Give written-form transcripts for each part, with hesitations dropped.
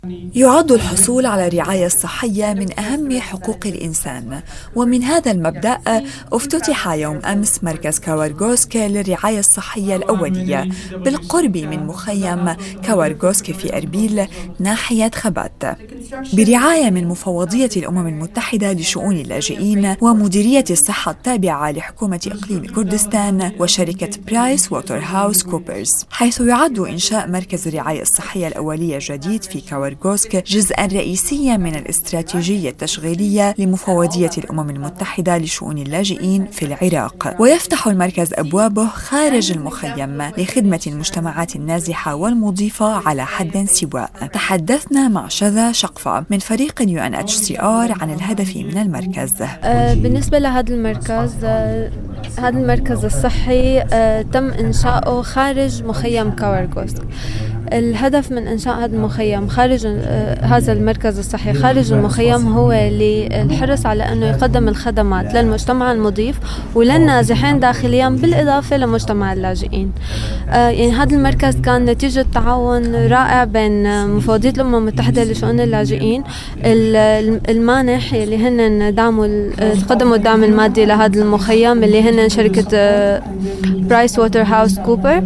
يعد الحصول على الرعاية الصحية من أهم حقوق الإنسان، ومن هذا المبدأ افتتح يوم أمس مركز كاورغوسك للرعاية الصحية الأولية بالقرب من مخيم كاورغوسك في أربيل ناحية خبات، برعاية من مفوضية الأمم المتحدة لشؤون اللاجئين ومديرية الصحة التابعة لحكومة إقليم كردستان وشركة برايس ووترهاوس كوبرز، حيث يعد إنشاء مركز الرعاية الصحية الأولية الجديد في كاورغوسك جزءاً رئيسياً من الاستراتيجية التشغيلية لمفوضية الأمم المتحدة لشؤون اللاجئين في العراق. ويفتح المركز أبوابه خارج المخيم لخدمة المجتمعات النازحة والمضيفة على حد سواء. تحدثنا مع شذا شقفة من فريق UNHCR عن الهدف من المركز. بالنسبة لهذا المركز، هذا المركز الصحي تم إنشاؤه خارج مخيم كاورغوسك. الهدف من إنشاء هذا المخيم خارج هذا المركز الصحي خارج المخيم هو للحرص على أنه يقدم الخدمات للمجتمع المضيف وللنازحين داخليا بالإضافة لمجتمع اللاجئين. يعني هذا المركز كان نتيجة تعاون رائع بين مفوضية الأمم المتحدة لشؤون اللاجئين، المانح اللي هن قدموا الدعم المادي لهذا المخيم اللي هن شركة برايس ووترهاوس كوبر،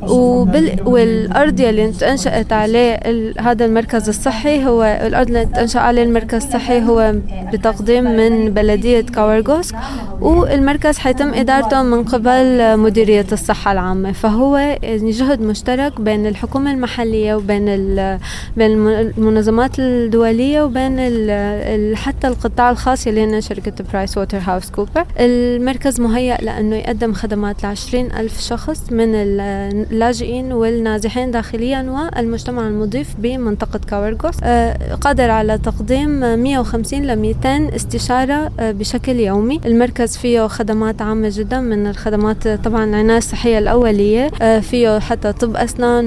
والأرض اللي انشأت عليه هذا المركز الصحي هو الأرض اللي انشأ عليه المركز الصحي هو بتقديم من بلدية كاورغوسك، والمركز حيتم إدارته من قبل مديرية الصحة العامة. فهو يعني جهد مشترك بين الحكومة المحلية وبين بين المنظمات الدولية وبين حتى القطاع الخاص اللي هن شركة برايس ووترهاوس كوبر. المركز مهيأ لأنه يقدم خدمات ل20,000 شخص من اللاجئين والنازحين داخليا والمجتمع المضيف بمنطقة كاورغوسك، قادر على تقديم 150 ل 200 استشارة بشكل يومي. المركز فيه خدمات عامة جدا، من الخدمات طبعا العناية الصحية الأولية، فيه حتى طب أسنان،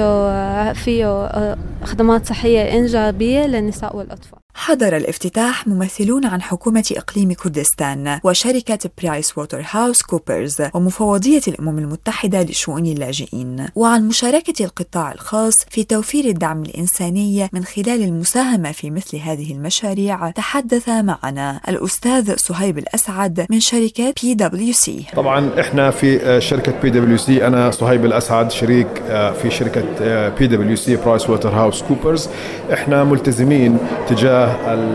وفيه خدمات صحية إنجابية للنساء والأطفال. حضر الافتتاح ممثلون عن حكومة إقليم كردستان وشركة برايس ووترهاوس كوبرز ومفوضية الأمم المتحدة لشؤون اللاجئين، وعن مشاركة القطاع الخاص في توفير الدعم الإنساني من خلال المساهمة في مثل هذه المشاريع. تحدث معنا الأستاذ صهيب الأسعد من شركة PwC. طبعا إحنا في شركة PwC، أنا صهيب الأسعد شريك في شركة PwC برايس ووترهاوس كوبرز. إحنا ملتزمين تجاه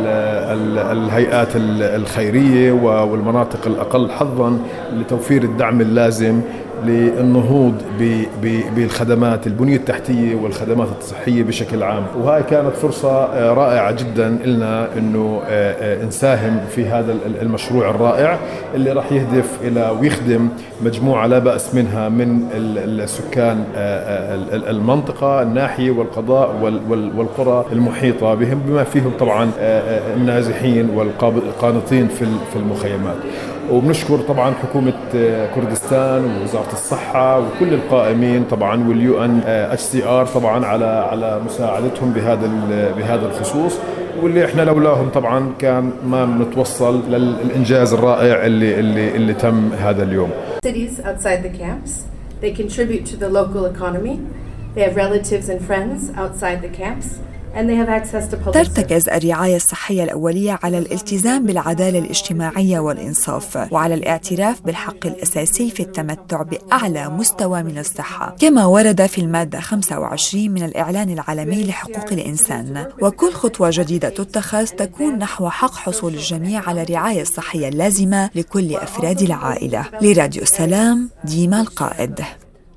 الهيئات الخيرية والمناطق الأقل حظاً لتوفير الدعم اللازم للنهوض بالخدمات البنية التحتية والخدمات الصحية بشكل عام. وهاي كانت فرصة رائعة جدا لنا أنه نساهم في هذا المشروع الرائع اللي راح يهدف إلى ويخدم مجموعة لا بأس منها من السكان المنطقة الناحية والقضاء والقرى المحيطة بهم، بما فيهم طبعا النازحين والقانطين في المخيمات. وبنشكر طبعا حكومة كردستان ووزارة الصحة وكل القائمين طبعا والUNHCR طبعا على مساعدتهم بهذا الخصوص، واللي احنا لولاهم طبعا كان ما بنتوصل للإنجاز الرائع اللي تم هذا اليوم. Cities outside the camps, they contribute to the local economy. They have relatives and friends outside the camps. ترتكز الرعاية الصحية الأولية على الالتزام بالعدالة الاجتماعية والإنصاف، وعلى الاعتراف بالحق الأساسي في التمتع بأعلى مستوى من الصحة، كما ورد في المادة 25 من الإعلان العالمي لحقوق الإنسان. وكل خطوة جديدة تتخذ تكون نحو حق حصول الجميع على الرعاية الصحية اللازمة لكل أفراد العائلة. لراديو السلام، ديما القائد.